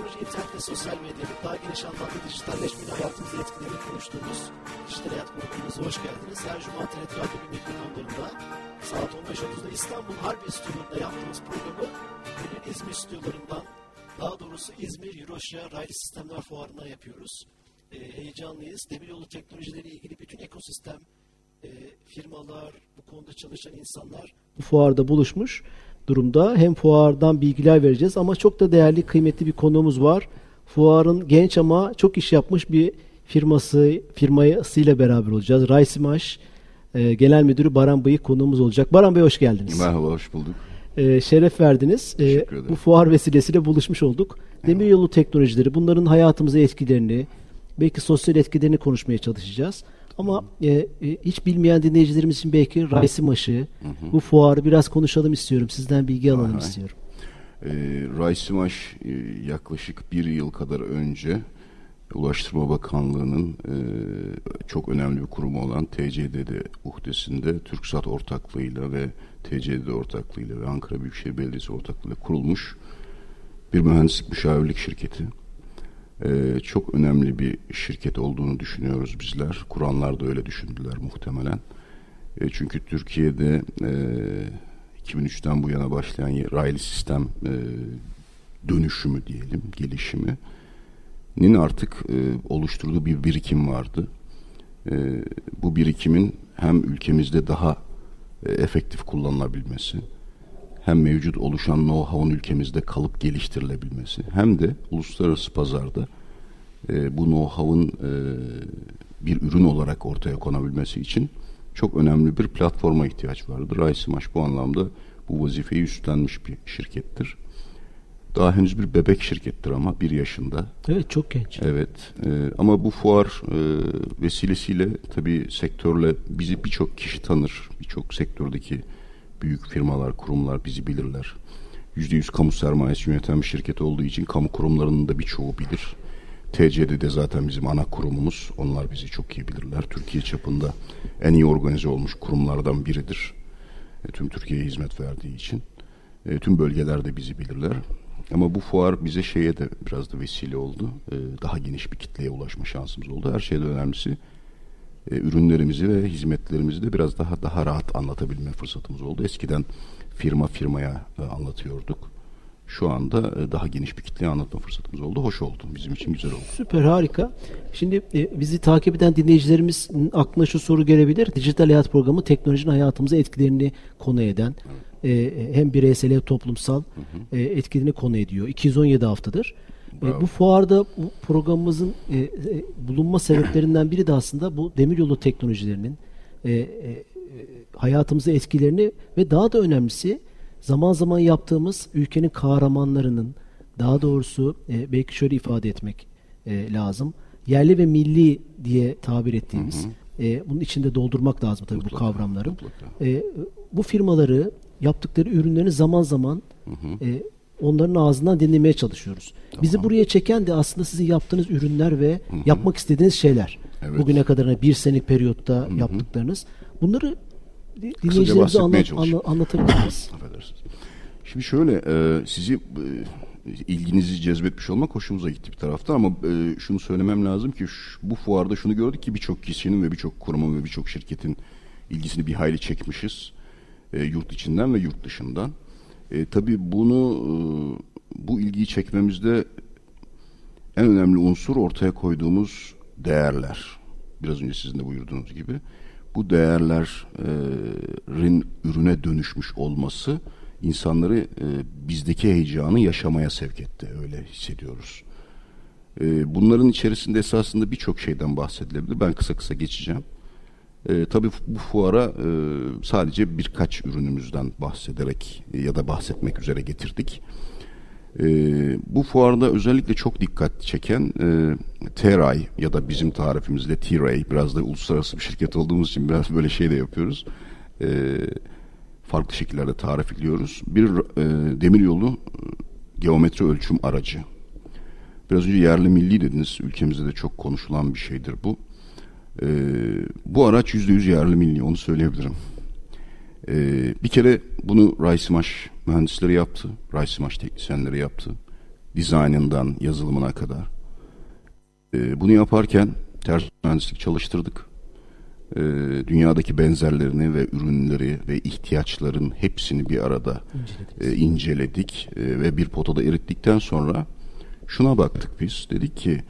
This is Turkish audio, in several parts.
teknoloji, internet ve sosyal medyanın daha geniş anlamda dijitalleşmenin hayatımızı etkilerini konuştuğumuz Dijital Hayat programımıza hoş geldiniz. Her cuma TRT Radyo'nun mikrofonlarında saat 15.30'da İstanbul Harbiye stüdyolarında yaptığımız programı bugün İzmir stüdyolarından, daha doğrusu İzmir Euroşya Raylı Sistemler Fuarı'na yapıyoruz. Heyecanlıyız. Demiryolu teknolojileriyle ilgili bütün ekosistem, firmalar, bu konuda çalışan insanlar bu fuarda buluşmuş durumda. Hem fuardan bilgiler vereceğiz ama çok da değerli, kıymetli bir konuğumuz var. Fuarın genç ama çok iş yapmış bir firmasıyla beraber olacağız. Raysimaş Genel Müdürü Baran Bıyık konuğumuz olacak. Baran Bey hoş geldiniz. Merhaba, hoş bulduk. Şeref verdiniz. Bu fuar vesilesiyle buluşmuş olduk. Demiryolu teknolojileri, bunların hayatımıza etkilerini, belki sosyal etkilerini konuşmaya çalışacağız. Ama hiç bilmeyen dinleyicilerimiz için belki Raysimaş'ı, bu fuarı biraz konuşalım istiyorum. Sizden bilgi alalım istiyorum. Raysimaş yaklaşık bir yıl kadar önce Ulaştırma Bakanlığı'nın çok önemli bir kurumu olan TCDD uhdesinde TürkSat ortaklığıyla ve TCDD ortaklığıyla ve Ankara Büyükşehir Belediyesi ortaklığıyla kurulmuş bir mühendislik müşavirlik şirketi. Çok önemli bir şirket olduğunu düşünüyoruz bizler. Kuranlar da öyle düşündüler muhtemelen. Çünkü Türkiye'de 2003'ten bu yana başlayan raylı sistem dönüşümü diyelim, gelişiminin artık oluşturduğu bir birikim vardı. Bu birikimin hem ülkemizde daha efektif kullanılabilmesi, hem mevcut oluşan know-how'un ülkemizde kalıp geliştirilebilmesi, hem de uluslararası pazarda bu know-how'un bir ürün olarak ortaya konabilmesi için çok önemli bir platforma ihtiyaç vardı. Raysimaş bu anlamda bu vazifeyi üstlenmiş bir şirkettir. Daha henüz bir bebek şirkettir ama 1 yaşında. Evet, çok genç. Evet, ama bu fuar vesilesiyle tabii sektörle bizi birçok kişi tanır, birçok sektördeki büyük firmalar, kurumlar bizi bilirler. %100 kamu sermayesi yöneten bir şirket olduğu için kamu kurumlarının da birçoğu bilir. TCD'de zaten bizim ana kurumumuz. Onlar bizi çok iyi bilirler. Türkiye çapında en iyi organize olmuş kurumlardan biridir. Tüm Türkiye'ye hizmet verdiği için. Tüm bölgelerde bizi bilirler. Ama bu fuar bize şeye de biraz da vesile oldu. Daha geniş bir kitleye ulaşma şansımız oldu. Her şeyden önemlisi ürünlerimizi ve hizmetlerimizi de biraz daha rahat anlatabilme fırsatımız oldu. Eskiden firmaya anlatıyorduk. Şu anda daha geniş bir kitleye anlatma fırsatımız oldu. Hoş oldu. Bizim için güzel oldu. Süper, harika. Şimdi bizi takip eden dinleyicilerimiz aklına şu soru gelebilir. Dijital Hayat programı teknolojinin hayatımıza etkilerini konu eden, hem bireysel hem toplumsal etkilerini konu ediyor. 217 haftadır. Bu fuarda bu programımızın bulunma sebeplerinden biri de aslında bu demiryolu teknolojilerinin hayatımıza etkilerini ve daha da önemlisi zaman zaman yaptığımız ülkenin kahramanlarının, daha doğrusu belki şöyle ifade etmek lazım, yerli ve milli diye tabir ettiğimiz, bunun içinde doldurmak lazım tabii mutlaka, bu kavramları. Bu firmaları, yaptıkları ürünlerini zaman zaman onların ağzından dinlemeye çalışıyoruz. Tamam. Bizi buraya çeken de aslında sizin yaptığınız ürünler ve yapmak istediğiniz şeyler. Evet. Bugüne kadar bir senelik periyotta yaptıklarınız. Bunları dinleyicilerimize anlatabiliriz. Şimdi şöyle, sizi ilginizi cezbetmiş olmak hoşumuza gitti bir tarafta ama şunu söylemem lazım ki bu fuarda şunu gördük ki birçok kişinin ve birçok kurumun ve birçok şirketin ilgisini bir hayli çekmişiz. Yurt içinden ve yurt dışından. Tabii bu ilgiyi çekmemizde en önemli unsur ortaya koyduğumuz değerler. Biraz önce sizin de buyurduğunuz gibi. Bu değerlerin ürüne dönüşmüş olması insanları bizdeki heyecanı yaşamaya sevk etti. Öyle hissediyoruz. Bunların içerisinde esasında birçok şeyden bahsedilebilir. Ben kısa geçeceğim. Tabii bu fuara sadece birkaç ürünümüzden bahsederek ya da bahsetmek üzere getirdik. Bu fuarda özellikle çok dikkat çeken T-Ray ya da bizim tarifimizde T-Ray, biraz da uluslararası bir şirket olduğumuz için biraz böyle şey de yapıyoruz. Farklı şekillerde tarifliyoruz. Bir demiryolu geometri ölçüm aracı. Biraz önce yerli milli dediniz. Ülkemizde de çok konuşulan bir şeydir bu. Bu araç %100 yerli milli, onu söyleyebilirim. Bir kere bunu Raysimaş mühendisleri yaptı. Raysimaş teknisyenleri yaptı. dizaynından yazılımına kadar. Bunu yaparken ters mühendislik çalıştırdık. Dünyadaki benzerlerini ve ürünleri ve ihtiyaçların hepsini bir arada inceledik ve bir potada erittikten sonra şuna baktık biz. Dedik ki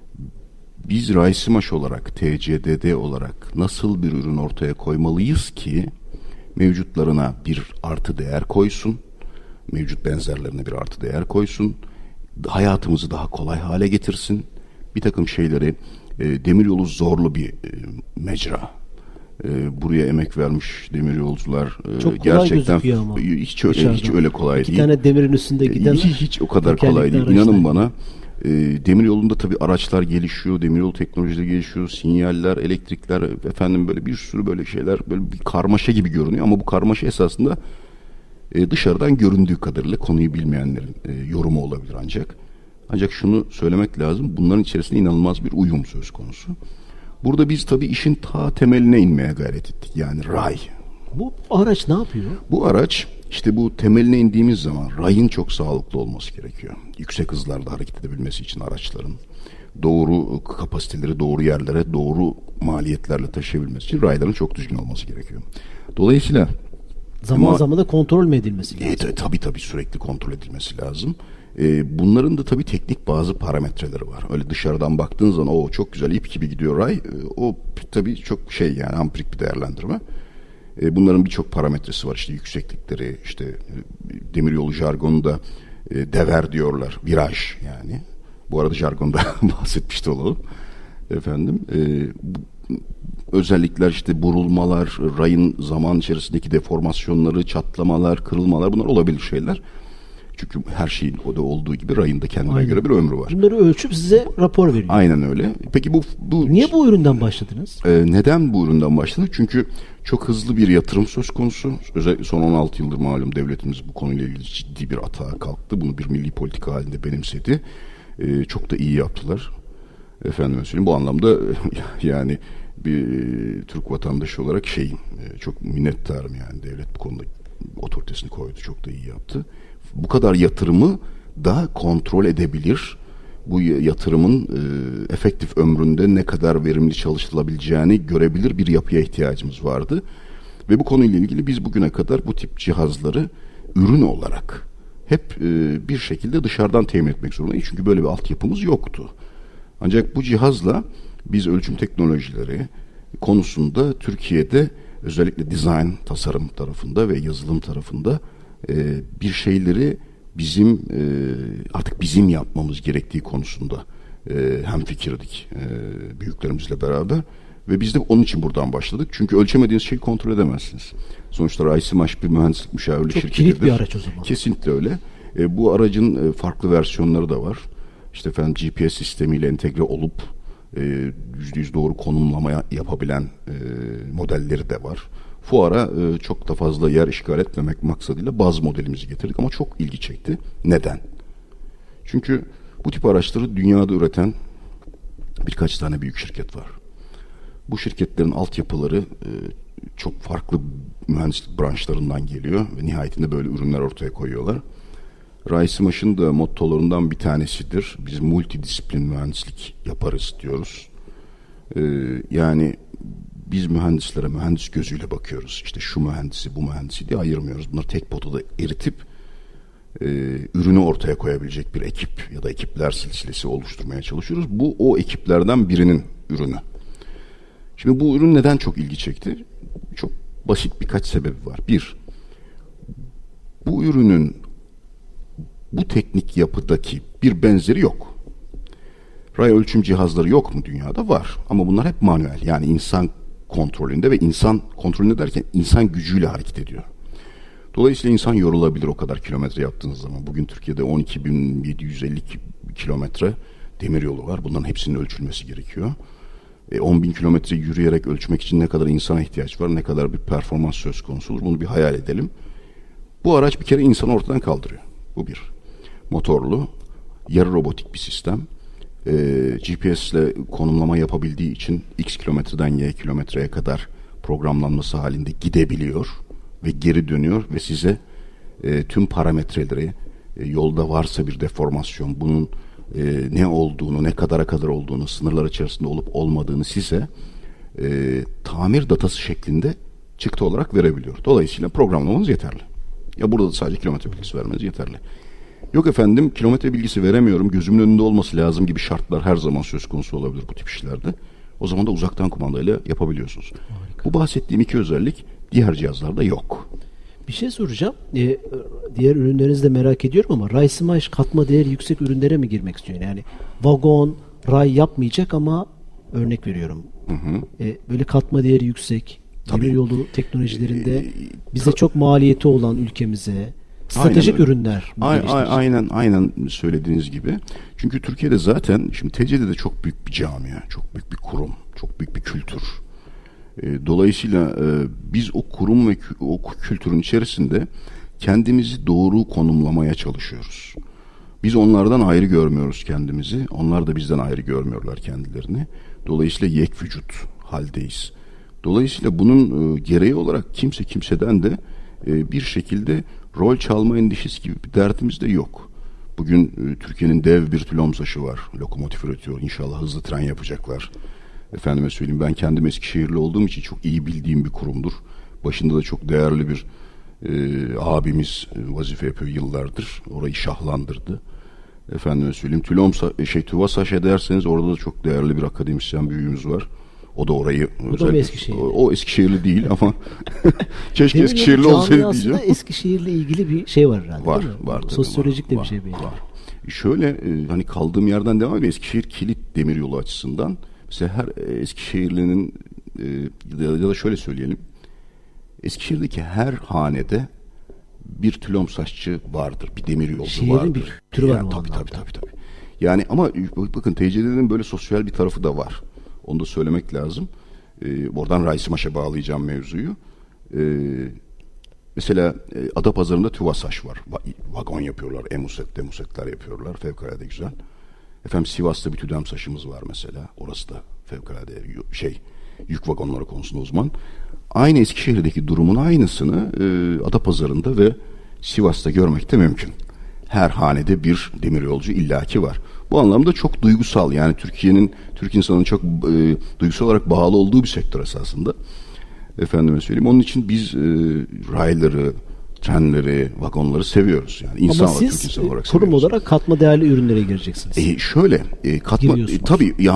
biz RISE-MAŞ olarak, TCDD olarak nasıl bir ürün ortaya koymalıyız ki mevcutlarına bir artı değer koysun, mevcut benzerlerine bir artı değer koysun, hayatımızı daha kolay hale getirsin. Bir takım şeyleri, demiryolu zorlu bir mecra. Buraya emek vermiş demiryolcular çok kolay gerçekten ama hiç öyle kolay değil. İki tane demirin üstünde giden hiç o kadar kolay değil. İnanın bana. Demiryolunda tabii araçlar gelişiyor, demiryolu teknolojileri gelişiyor, sinyaller, elektrikler, efendim böyle bir sürü böyle şeyler, böyle bir karmaşa gibi görünüyor ama bu karmaşa esasında dışarıdan göründüğü kadarıyla konuyu bilmeyenlerin yorumu olabilir ancak. Ancak şunu söylemek lazım, bunların içerisinde inanılmaz bir uyum söz konusu. Burada biz tabii işin ta temeline inmeye gayret ettik. Yani ray. Bu araç ne yapıyor? Bu araç işte bu temeline indiğimiz zaman rayın çok sağlıklı olması gerekiyor. Yüksek hızlarda hareket edebilmesi için araçların doğru kapasiteleri doğru yerlere doğru maliyetlerle taşıyabilmesi için rayların çok düzgün olması gerekiyor. Dolayısıyla zaman da kontrol mü edilmesi lazım? Tabii sürekli kontrol edilmesi lazım. Bunların da tabii teknik bazı parametreleri var. Öyle dışarıdan baktığın zaman o çok güzel ip gibi gidiyor ray. O tabii çok yani ampirik bir değerlendirme. Bunların birçok parametresi var. İşte yükseklikleri, işte demiryolu jargonunda dever diyorlar. Viraj yani. Bu arada jargonda bahsetmiş de olalım. Efendim özellikler işte burulmalar, rayın zaman içerisindeki deformasyonları, çatlamalar, kırılmalar bunlar olabilir şeyler. Çünkü her şeyin o da olduğu gibi rayın da kendine göre bir ömrü var. Bunları ölçüp size rapor veriyor. Aynen öyle. Peki bu niye bu üründen başladınız? Neden bu üründen başladık? Çünkü çok hızlı bir yatırım söz konusu. Özellikle son 16 yıldır malum devletimiz bu konuyla ilgili ciddi bir atağa kalktı. Bunu bir milli politika halinde benimsedi. Çok da iyi yaptılar. Efendim söyleyeyim bu anlamda yani bir Türk vatandaşı olarak çok minnettarım yani devlet bu konuda otoritesini koydu. Çok da iyi yaptı. Bu kadar yatırımı da kontrol edebilir. Bu yatırımın efektif ömründe ne kadar verimli çalıştırılabileceğini görebilir bir yapıya ihtiyacımız vardı. Ve bu konuyla ilgili biz bugüne kadar bu tip cihazları ürün olarak hep bir şekilde dışarıdan temin etmek zorundayız. Çünkü böyle bir altyapımız yoktu. Ancak bu cihazla biz ölçüm teknolojileri konusunda Türkiye'de özellikle dizayn, tasarım tarafında ve yazılım tarafında bir şeyleri artık bizim yapmamız gerektiği konusunda hemfikirdik büyüklerimizle beraber ve biz de onun için buradan başladık. Çünkü ölçemediğiniz şeyi kontrol edemezsiniz. Sonuçta RISE-MAŞ bir mühendislik müşavirlik şirketidir. Çok kilit bir araç o zaman. Kesinlikle öyle. Bu aracın farklı versiyonları da var. İşte efendim GPS sistemiyle entegre olup %100 doğru konumlama yapabilen modelleri de var. Fuara çok da fazla yer işgal etmemek maksadıyla baz modelimizi getirdik ama çok ilgi çekti. Neden? Çünkü bu tip araçları dünyada üreten birkaç tane büyük şirket var. Bu şirketlerin altyapıları çok farklı mühendislik branşlarından geliyor ve nihayetinde böyle ürünler ortaya koyuyorlar. RISE-MAŞ'ın da mottolarından bir tanesidir. Biz multidisiplin mühendislik yaparız diyoruz. Yani biz mühendislere mühendis gözüyle bakıyoruz. İşte şu mühendisi, bu mühendisi diye ayırmıyoruz. Bunları tek potada eritip ürünü ortaya koyabilecek bir ekip ya da ekipler silsilesi oluşturmaya çalışıyoruz. Bu o ekiplerden birinin ürünü. Şimdi bu ürün neden çok ilgi çekti? Çok basit birkaç sebebi var. Bir, bu ürünün bu teknik yapıdaki bir benzeri yok. Ray ölçüm cihazları yok mu dünyada? Var. Ama bunlar hep manuel. Yani insan kontrolünde ve insan kontrolünde derken insan gücüyle hareket ediyor. Dolayısıyla insan yorulabilir o kadar kilometre yaptığınız zaman. Bugün Türkiye'de 12.750 kilometre demiryolu var. Bunların hepsinin ölçülmesi gerekiyor. 10.000 kilometre yürüyerek ölçmek için ne kadar insana ihtiyaç var, ne kadar bir performans söz konusu olur, bunu bir hayal edelim. Bu araç bir kere insanı ortadan kaldırıyor. Bu bir. Motorlu, yarı robotik bir sistem. GPS ile konumlama yapabildiği için X kilometreden Y kilometreye kadar programlanması halinde gidebiliyor ve geri dönüyor ve size tüm parametreleri yolda varsa bir deformasyon, bunun ne olduğunu, ne kadara kadar olduğunu, sınırlar içerisinde olup olmadığını size tamir datası şeklinde çıktı olarak verebiliyor. Dolayısıyla programlamanız yeterli. Ya burada da sadece kilometre bilgisi vermeniz yeterli. Yok efendim, kilometre bilgisi veremiyorum, gözümün önünde olması lazım gibi şartlar her zaman söz konusu olabilir bu tip işlerde. O zaman da uzaktan kumandayla yapabiliyorsunuz. Harika. Bu bahsettiğim iki özellik diğer cihazlarda yok. Bir şey soracağım. Diğer ürünlerinizi de merak ediyorum ama Ray-Smash katma değeri yüksek ürünlere mi girmek istiyor? Yani vagon, ray yapmayacak ama örnek veriyorum. Böyle katma değeri yüksek, demiryolu teknolojilerinde bize çok maliyeti olan ülkemize stratejik ürünler. Aynen söylediğiniz gibi. Çünkü Türkiye'de zaten şimdi TC'de de çok büyük bir camia, çok büyük bir kurum, çok büyük bir kültür. Dolayısıyla biz o kurum ve o kültürün içerisinde kendimizi doğru konumlamaya çalışıyoruz. Biz onlardan ayrı görmüyoruz kendimizi. Onlar da bizden ayrı görmüyorlar kendilerini. Dolayısıyla yek vücut haldeyiz. Dolayısıyla bunun gereği olarak kimseden de bir şekilde rol çalma endişesi gibi bir derdimiz de yok. Bugün Türkiye'nin dev bir TÜLOMSAŞ'ı var. Lokomotif üretiyor. İnşallah hızlı tren yapacaklar. Efendime söyleyeyim, ben kendim Eskişehirli olduğum için çok iyi bildiğim bir kurumdur. Başında da çok değerli bir abimiz vazife yapıyor yıllardır. Orayı şahlandırdı. Efendime söyleyeyim, TÜVASAŞ ederseniz orada da çok değerli bir akademisyen büyüğümüz var. O da orayı o Eskişehirli değil ama keşke Eskişehirli olsaydı diyeceğim. Eskişehir'le ilgili bir şey var herhalde. Var. Sosyolojik de bir şey belli. Var. Şöyle hani kaldığım yerden devam edeyim. Eskişehir kilit demiryolu açısından. Mesela her Eskişehirli'nin ya da şöyle söyleyelim. Eskişehir'deki her hanede bir TÜLOMSAŞçı vardır. Bir demiryolcu Şehrin vardır. Bir türü var. Yani, tabii. Yani ama bakın TC'nin böyle sosyal bir tarafı da var. Onu da söylemek lazım. Oradan Ray-Smash'a bağlayacağım mevzuyu. Mesela Adapazarı'nda TÜVASAŞ var. Vagon yapıyorlar. Demusetler yapıyorlar. Fevkalade güzel. Efendim Sivas'ta bir TÜDEMSAŞ'ımız var mesela. Orası da fevkalade yük vagonları konusunda uzman. Aynı Eskişehir'deki durumun aynısını Adapazarı'nda ve Sivas'ta görmek de mümkün. Her hanede bir demiryolcu illaki var. Bu anlamda çok duygusal, yani Türk insanının çok duygusal olarak bağlı olduğu bir sektör esasında. Efendime söyleyeyim. Onun için biz rayları, trenleri, vagonları seviyoruz. Yani insan ama olarak, siz Türk insan olarak kurum seviyoruz. olarak katma değerli ürünlere gireceksiniz. Tabii ya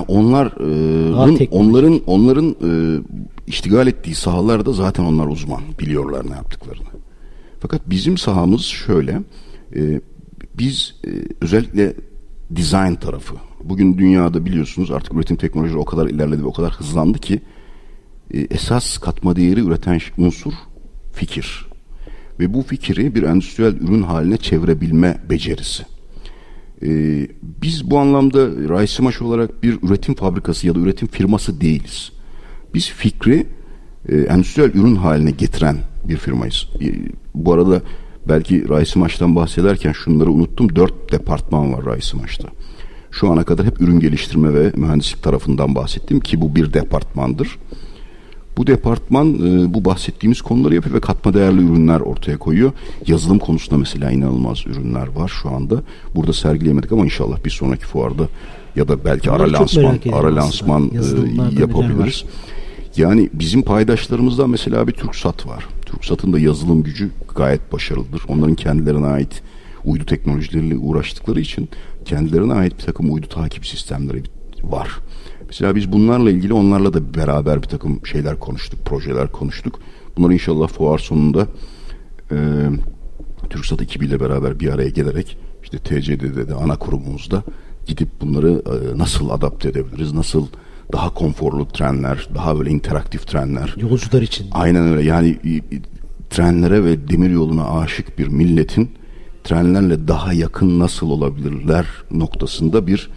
onların iştigal ettiği sahalarda zaten onlar uzman, biliyorlar ne yaptıklarını. Fakat bizim sahamız şöyle. Biz özellikle design tarafı. Bugün dünyada biliyorsunuz artık üretim teknolojileri o kadar ilerledi ve o kadar hızlandı ki esas katma değeri üreten unsur fikir. Ve bu fikri bir endüstriyel ürün haline çevirebilme becerisi. Biz bu anlamda Ray-Smash olarak bir üretim fabrikası ya da üretim firması değiliz. Biz fikri endüstriyel ürün haline getiren bir firmayız. Bu arada belki Ray-Smash'tan bahsederken şunları unuttum. 4 departman var Ray-Smash'ta. Şu ana kadar hep ürün geliştirme ve mühendislik tarafından bahsettim ki bu bir departmandır. Bu departman bu bahsettiğimiz konuları yapıyor ve katma değerli ürünler ortaya koyuyor. Yazılım konusunda mesela inanılmaz ürünler var şu anda. Burada sergileyemedik ama inşallah bir sonraki fuarda ya da belki ara lansman yapabiliriz. Yani bizim paydaşlarımızdan mesela bir TürkSat var. TürkSat'ın da yazılım gücü gayet başarılıdır. Onların kendilerine ait uydu teknolojileriyle uğraştıkları için kendilerine ait bir takım uydu takip sistemleri var. Mesela biz bunlarla ilgili onlarla da beraber bir takım şeyler konuştuk, projeler konuştuk. Bunları inşallah fuar sonunda TürkSat ekibiyle beraber bir araya gelerek işte TCD'de de ana kurumumuzda gidip bunları nasıl adapte edebiliriz, nasıl daha konforlu trenler, daha böyle interaktif trenler. Yolcular için. Aynen öyle. Yani trenlere ve demiryoluna aşık bir milletin trenlerle daha yakın nasıl olabilirler noktasında bir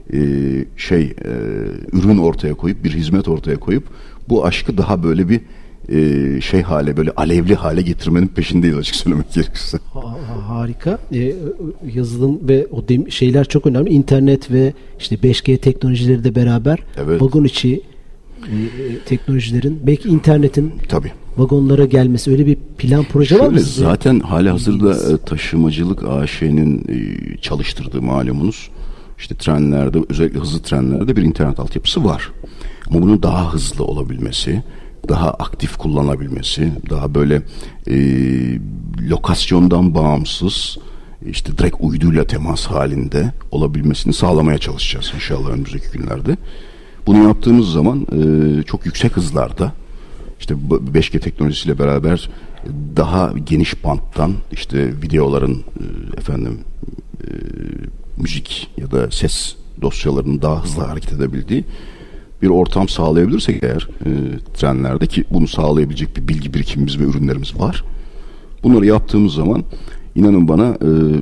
ürün ortaya koyup, bir hizmet ortaya koyup bu aşkı daha böyle bir böyle alevli hale getirmenin peşindeyiz açık söylemek gerekirse. Harika. Yazılım ve o şeyler çok önemli. İnternet ve işte 5G teknolojileri de beraber vagon içi teknolojilerin, belki internetin vagonlara gelmesi, öyle bir plan proje var mı sizin? Zaten halihazırda Taşımacılık AŞ'nin çalıştırdığı malumunuz işte trenlerde, özellikle hızlı trenlerde bir internet altyapısı var. Ama bunun daha hızlı olabilmesi, daha aktif kullanabilmesi, daha böyle lokasyondan bağımsız, işte direkt uyduyla temas halinde olabilmesini sağlamaya çalışacağız inşallah önümüzdeki günlerde. Bunu yaptığımız zaman çok yüksek hızlarda, işte 5G teknolojisiyle beraber daha geniş banttan işte videoların müzik ya da ses dosyalarının daha hızlı hareket edebildiği bir ortam sağlayabilirsek eğer trenlerde, ki bunu sağlayabilecek bir bilgi birikimimiz ve ürünlerimiz var. Bunları yaptığımız zaman inanın bana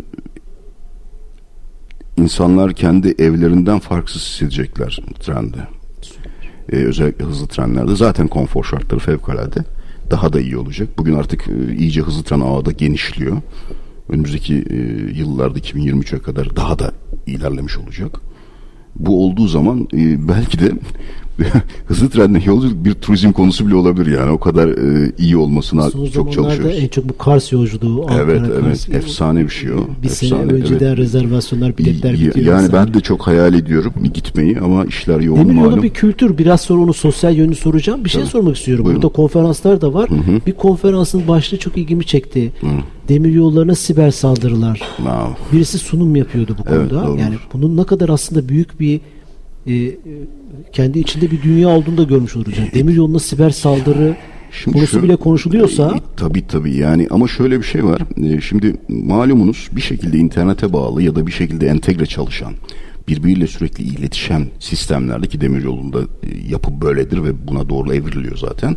insanlar kendi evlerinden farksız hissedecekler trende. Özellikle hızlı trenlerde zaten konfor şartları fevkalade, daha da iyi olacak. Bugün artık iyice hızlı tren ağı da genişliyor. Önümüzdeki yıllarda 2023'e kadar daha da ilerlemiş olacak. Bu olduğu zaman belki de hızlı trenle yolculuk bir turizm konusu bile olabilir yani. O kadar iyi olmasına son çok çalışıyoruz. En çok bu Kars yolculuğu. Evet, evet. Efsane bir şey o. Bir sene önceden rezervasyonlar, biletler bitiyor. Yani ben de çok hayal ediyorum gitmeyi ama işler yoğun malum. Demiryolu bir kültür. Biraz sonra onu sosyal yönünü soracağım. Bir şey sormak istiyorum. Buyurun. Burada konferanslar da var. Hı-hı. Bir konferansın başlığı çok ilgimi çekti. Demiryollarına siber saldırılar. Birisi sunum yapıyordu bu konuda. Evet, yani bunun ne kadar aslında büyük bir kendi içinde bir dünya olduğunu da görmüş olacağız. Demiryoluna siber saldırı konusu bile konuşuluyorsa. Tabii yani, ama şöyle bir şey var. Şimdi malumunuz bir şekilde internete bağlı ya da bir şekilde entegre çalışan, birbiriyle sürekli iletişen sistemlerdeki demiryolunda yapı böyledir ve buna doğru evriliyor zaten.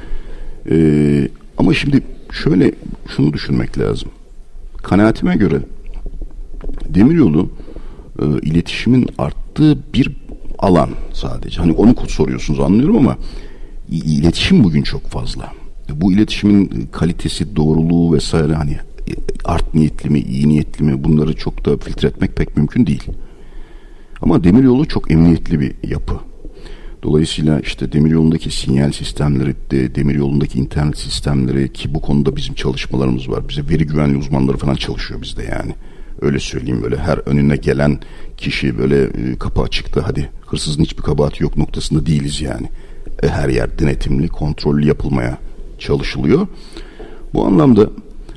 Ama şimdi şunu düşünmek lazım. Kanaatime göre demiryolu iletişimin arttığı bir alan sadece. Hani onu soruyorsunuz, anlıyorum, ama iletişim bugün çok fazla. Bu iletişimin kalitesi, doğruluğu vesaire, hani art niyetli mi, iyi niyetli mi, bunları çok da filtre etmek pek mümkün değil. Ama demiryolu çok emniyetli bir yapı. Dolayısıyla işte demiryolundaki sinyal sistemleri, demiryolundaki internet sistemleri, ki bu konuda bizim çalışmalarımız var. Bize veri güvenliği uzmanları falan çalışıyor bizde yani. Öyle söyleyeyim, böyle her önüne gelen kişi böyle kapı açıktı, hadi hırsızın hiçbir kabahati yok noktasında değiliz yani. Her yer denetimli, kontrollü yapılmaya çalışılıyor. Bu anlamda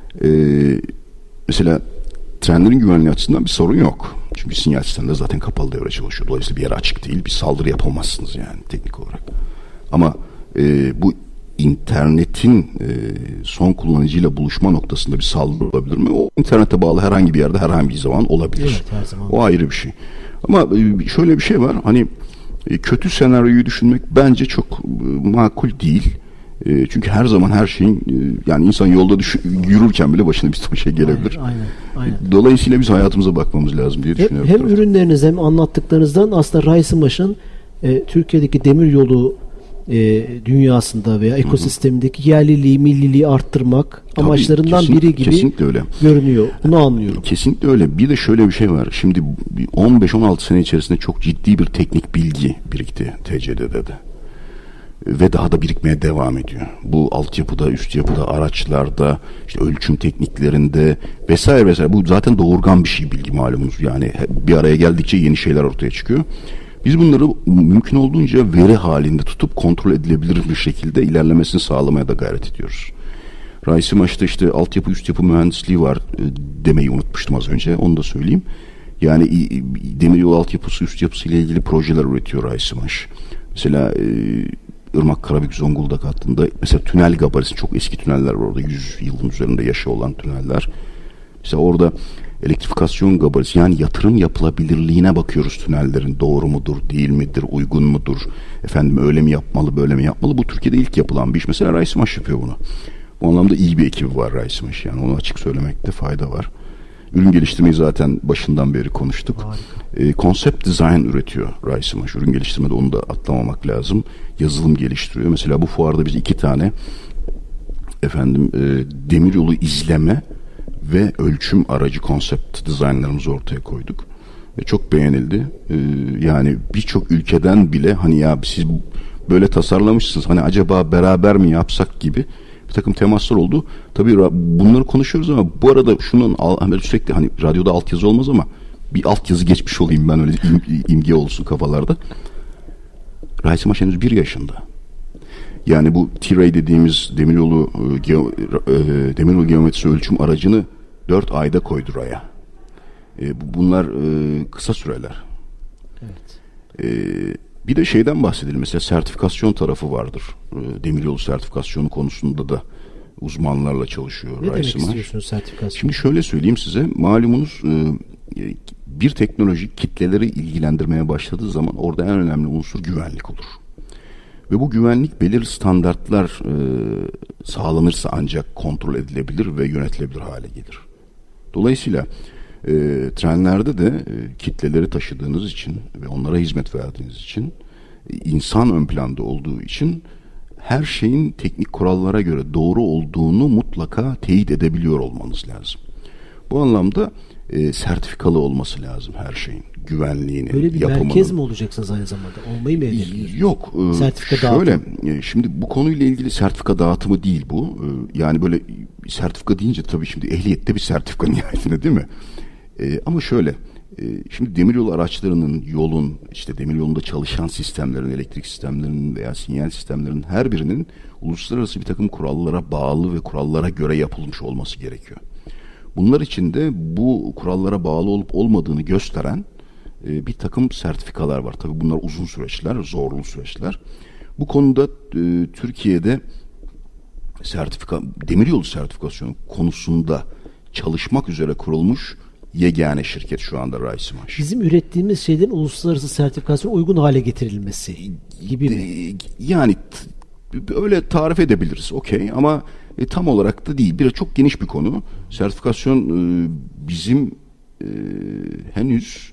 mesela trenlerin güvenliği açısından bir sorun yok. Çünkü sinyal sistemleri zaten kapalı devre çalışıyor. Dolayısıyla bir yer açık değil, bir saldırı yapamazsınız yani teknik olarak. Ama bu internetin son kullanıcıyla buluşma noktasında bir saldırı olabilir mi? O internete bağlı herhangi bir yerde herhangi bir zaman olabilir. Evet, her zaman. O ayrı bir şey. Ama şöyle bir şey var, hani kötü senaryoyu düşünmek bence çok makul değil. Çünkü her zaman her şeyin, yani insan yolda yürürken bile başına bir şey gelebilir. Aynen. Dolayısıyla biz hayatımıza bakmamız lazım diye düşünüyorum. Hem ürünleriniz hem anlattıklarınızdan aslında Raissimage'ın Türkiye'deki demiryolu dünyasında veya ekosistemindeki yerliliği, milliliği arttırmak amaçlarından biri gibi kesinlikle öyle görünüyor. Bunu anlıyorum. Kesinlikle öyle. Bir de şöyle bir şey var. Şimdi 15-16 sene içerisinde çok ciddi bir teknik bilgi birikti TCD'de de. Ve daha da birikmeye devam ediyor. Bu altyapıda, üst yapıda, araçlarda, işte ölçüm tekniklerinde vesaire. Bu zaten doğurgan bir şey, bilgi malumunuz. Yani bir araya geldikçe yeni şeyler ortaya çıkıyor. Biz bunları mümkün olduğunca veri halinde tutup kontrol edilebilir bir şekilde ilerlemesini sağlamaya da gayret ediyoruz. Raissimage'da işte altyapı, üst yapı mühendisliği var demeyi unutmuştum az önce. Onu da söyleyeyim. Yani demiryolu altyapısı, üst yapısı ile ilgili projeler üretiyor Raissimage. Mesela Irmak Karabük Zonguldak hattında mesela tünel gabarisi, çok eski tüneller var orada, 100 yılın üzerinde yaşı olan tüneller. Mesela orada elektrifikasyon gabarisi, yani yatırım yapılabilirliğine bakıyoruz tünellerin, doğru mudur, değil midir, uygun mudur, öyle mi yapmalı, böyle mi yapmalı. Bu Türkiye'de ilk yapılan bir iş. Mesela Raissimage yapıyor bunu. Bu anlamda iyi bir ekibi var Raissimage, yani onu açık söylemekte fayda var. Ürün geliştirmeyi zaten başından beri konuştuk. Concept design üretiyor Raissimage. Ürün geliştirmede onu da atlamamak lazım. Yazılım geliştiriyor. Mesela bu fuarda biz 2 tane demiryolu izleme ve ölçüm aracı concept designlarımızı ortaya koyduk. Ve çok beğenildi. Yani birçok ülkeden bile hani ya siz böyle tasarlamışsınız, hani acaba beraber mi yapsak gibi bir takım temaslar oldu. Tabii bunları konuşuyoruz ama bu arada hani sürekli hani radyoda altyazı olmaz ama bir altyazı geçmiş olayım ben, öyle imge olsun kafalarda. Rasim Aş henüz 1 yaşında. Yani bu T-Ray dediğimiz demiryolu geometrisi ölçüm aracını 4 ayda koydu Ray'a. Bunlar kısa süreler. Evet. Bir de şeyden bahsedelim. Mesela sertifikasyon tarafı vardır. Demiryolu sertifikasyonu konusunda da uzmanlarla çalışıyor. Ne demek istiyorsunuz sertifikasyon? Şimdi şöyle söyleyeyim size. Malumunuz bir teknoloji kitleleri ilgilendirmeye başladığı zaman orada en önemli unsur güvenlik olur. Ve bu güvenlik belirli standartlar sağlanırsa ancak kontrol edilebilir ve yönetilebilir hale gelir. Dolayısıyla trenlerde de kitleleri taşıdığınız için ve onlara hizmet verdiğiniz için, insan ön planda olduğu için her şeyin teknik kurallara göre doğru olduğunu mutlaka teyit edebiliyor olmanız lazım. Bu anlamda sertifikalı olması lazım her şeyin. Güvenliğini, böyle bir yapımının. merkez mi olacaksınız aynı zamanda? Olmayı mı hedefliyorsunuz? Yok. Sertifika şöyle, dağıtımı. şimdi bu konuyla ilgili sertifika dağıtımı değil bu. Yani böyle sertifika deyince tabii şimdi ehliyette bir sertifika nihayetinde, değil mi? Ama şöyle, şimdi demiryolu araçlarının, yolun, işte demiryolunda çalışan sistemlerin, elektrik sistemlerinin veya sinyal sistemlerinin her birinin uluslararası bir takım kurallara bağlı ve kurallara göre yapılmış olması gerekiyor. Bunlar için de bu kurallara bağlı olup olmadığını gösteren bir takım sertifikalar var. Tabii bunlar uzun süreçler, zorlu süreçler. Bu konuda Türkiye'de demiryolu sertifikasyonu konusunda çalışmak üzere kurulmuş yegane şirket şu anda Rasim Aş. Bizim ürettiğimiz şeylerin uluslararası sertifikasyona uygun hale getirilmesi gibi mi? Yani öyle tarif edebiliriz, okey, ama tam olarak da değil. Biraz çok geniş bir konu. Sertifikasyon bizim henüz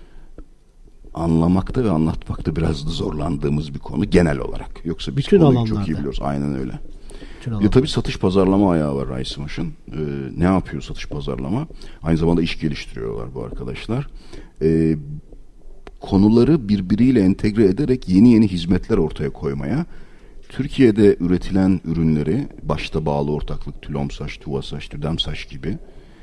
anlamakta ve anlatmakta biraz da zorlandığımız bir konu genel olarak. Yoksa biz bütün konuyu alanlarda çok iyi biliyoruz. Aynen öyle. Bir tabii satış pazarlama ayağı var Rasim Aş'ın. Ne yapıyor satış pazarlama? Aynı zamanda iş geliştiriyorlar bu arkadaşlar. Konuları birbiriyle entegre ederek yeni hizmetler ortaya koymaya, Türkiye'de üretilen ürünleri, başta bağlı ortaklık, TÜLOMSAŞ, TÜVASAŞ, TÜDEMSAŞ gibi,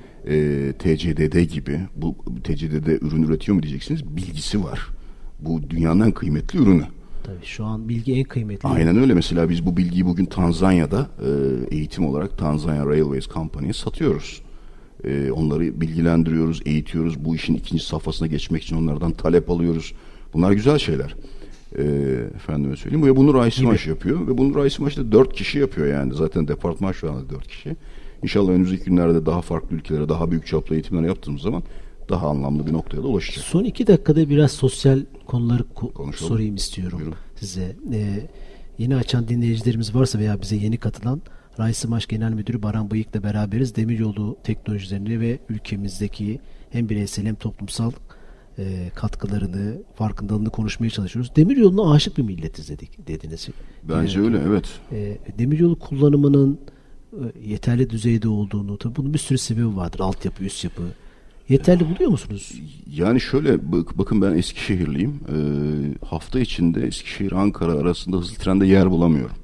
TCDD gibi, bu TCDD ürün üretiyor mu diyeceksiniz, bilgisi var. Bu dünyanın en kıymetli ürünü. Tabii şu an bilgi en kıymetli. Aynen öyle. Mesela biz bu bilgiyi bugün Tanzanya'da eğitim olarak Tanzanya Railways Company'ye satıyoruz. Onları bilgilendiriyoruz, eğitiyoruz. Bu işin ikinci safhasına geçmek için onlardan talep alıyoruz. Bunlar güzel şeyler. Efendime söyleyeyim. Ve bunu Rasim Aş yapıyor. Ve bunu Rasim Aş da 4 kişi yapıyor yani. Zaten departman şu anda 4 kişi. İnşallah önümüzdeki günlerde daha farklı ülkelere, daha büyük çaplı eğitimler yaptığımız zaman daha anlamlı bir noktaya da ulaşacak. Son 2 dakikada biraz sosyal konuları sorayım istiyorum. Buyurun. Size. Yeni açan dinleyicilerimiz varsa veya bize yeni katılan, Rasim Aş Genel Müdürü Baran Bıyık'la beraberiz. Demiryolu teknolojilerini ve ülkemizdeki hem bireysel hem toplumsal katkılarını, farkındalığını konuşmaya çalışıyoruz. Demiryoluna aşık bir milletiz dediniz. Bence öyle, evet. Demiryolu kullanımının yeterli düzeyde olduğunu, tabii bunun bir sürü sebebi vardır. Altyapı, üst yapı. Yeterli buluyor musunuz? Yani şöyle, bakın ben Eskişehirliyim. Hafta içinde Eskişehir-Ankara arasında hızlı trende yer bulamıyorum.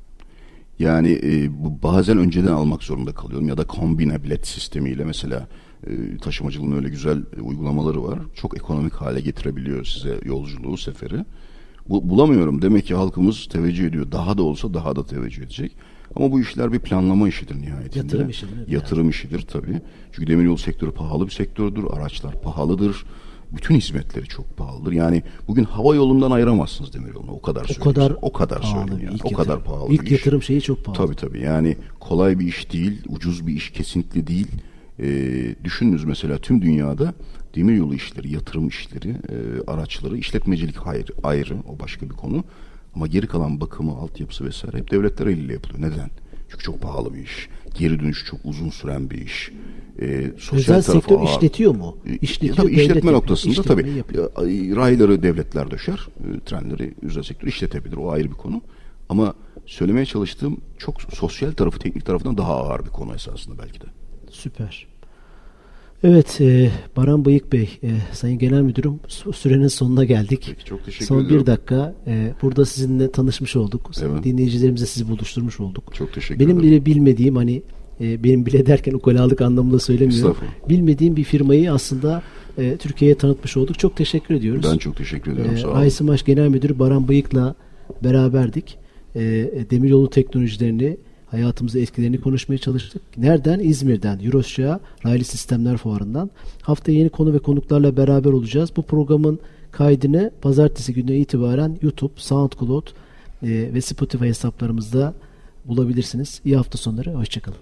Yani bazen önceden almak zorunda kalıyorum ya da kombine bilet sistemiyle, mesela taşımacılığın öyle güzel uygulamaları var. Çok ekonomik hale getirebiliyor size yolculuğu, seferi. Bulamıyorum. Demek ki halkımız teveccüh ediyor. Daha da olsa daha da teveccüh edecek. Ama bu işler bir planlama işidir nihayetinde. Yatırım işidir. Yatırım işidir tabii. Çünkü demiryolu sektörü pahalı bir sektördür. Araçlar pahalıdır. Bütün hizmetleri çok pahalıdır. Yani bugün hava yolundan ayıramazsınız demiryolunu. O kadar söyleyeyim. O kadar söyleyeyim yani. O kadar pahalı İlk bir iş. yatırım şeyi çok pahalı. Tabii. Yani kolay bir iş değil. Ucuz bir iş kesinlikle değil. Düşününüz mesela tüm dünyada demiryolu işleri, yatırım işleri, araçları, işletmecilik ayrı. O başka bir konu. Ama geri kalan bakımı, altyapısı vesaire hep devletler eliyle yapılıyor. Neden? Çünkü çok pahalı bir iş. Geri dönüşü çok uzun süren bir iş. Özel sektör işletiyor mu? Tabii işletme noktasında tabii. Rayları devletler döşer. Trenleri özel sektör işletebilir. O ayrı bir konu. Ama söylemeye çalıştığım çok sosyal tarafı, teknik tarafından daha ağır bir konu esasında belki de. Süper. Evet, Baran Bıyık Bey, Sayın Genel Müdürüm, sürenin sonuna geldik. Peki, çok teşekkür Son ediyorum. bir dakika, burada sizinle tanışmış olduk. Evet. Dinleyicilerimize sizi buluşturmuş olduk. Çok teşekkür Benim ederim. bile bilmediğim, hani benim bile derken ukalalık anlamında söylemiyorum. Bilmediğim bir firmayı aslında Türkiye'ye tanıtmış olduk. Çok teşekkür ediyoruz. Ben çok teşekkür ediyorum. Sağ olun. Raisimaj Genel Müdürü Baran Bıyık'la beraberdik. Demiryolu teknolojilerini, hayatımıza etkilerini konuşmaya çalıştık. Nereden? İzmir'den, Eurosya Raylı Sistemler Fuarı'ndan. Haftaya yeni konu ve konuklarla beraber olacağız. Bu programın kaydını pazartesi gününe itibaren YouTube, SoundCloud ve Spotify hesaplarımızda bulabilirsiniz. İyi hafta sonları, hoşçakalın.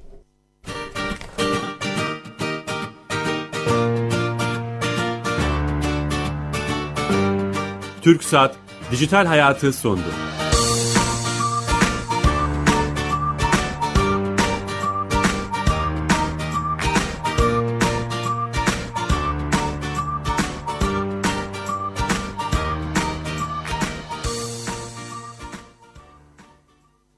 TürkSat Dijital Hayatı sondu.